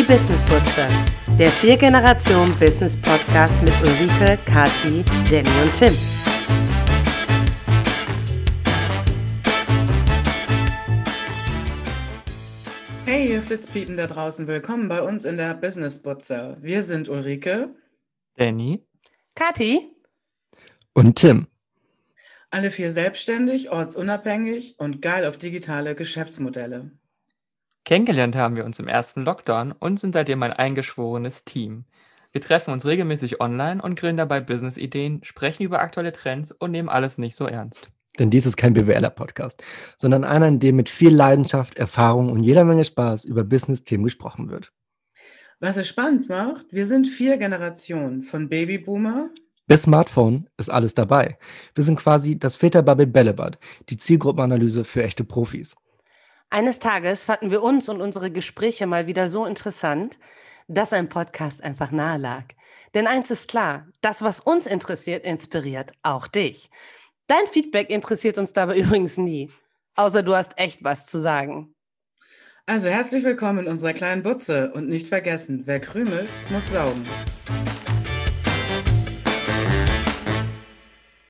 Business-Butze, der 4-Generation-Business-Podcast mit Ulrike, Kathi, Danny und Tim. Hey, ihr Flitzpiepen da draußen, willkommen bei uns in der Business-Butze. Wir sind Ulrike, Danny, Kathi und Tim. Alle 4 selbstständig, ortsunabhängig und geil auf digitale Geschäftsmodelle. Kennengelernt haben wir uns im ersten Lockdown und sind seitdem ein eingeschworenes Team. Wir treffen uns regelmäßig online und grillen dabei Business-Ideen, sprechen über aktuelle Trends und nehmen alles nicht so ernst. Denn dies ist kein BWLer-Podcast, sondern einer, in dem mit viel Leidenschaft, Erfahrung und jeder Menge Spaß über Business-Themen gesprochen wird. Was es spannend macht, wir sind 4 Generationen, von Babyboomer Bis Smartphone ist alles dabei. Wir sind quasi das Väterbubble Bällebad, die Zielgruppenanalyse für echte Profis. Eines Tages fanden wir uns und unsere Gespräche mal wieder so interessant, dass ein Podcast einfach nahe lag. Denn eins ist klar, das, was uns interessiert, inspiriert auch dich. Dein Feedback interessiert uns dabei übrigens nie, außer du hast echt was zu sagen. Also herzlich willkommen in unserer kleinen Butze und nicht vergessen, wer krümelt, muss saugen.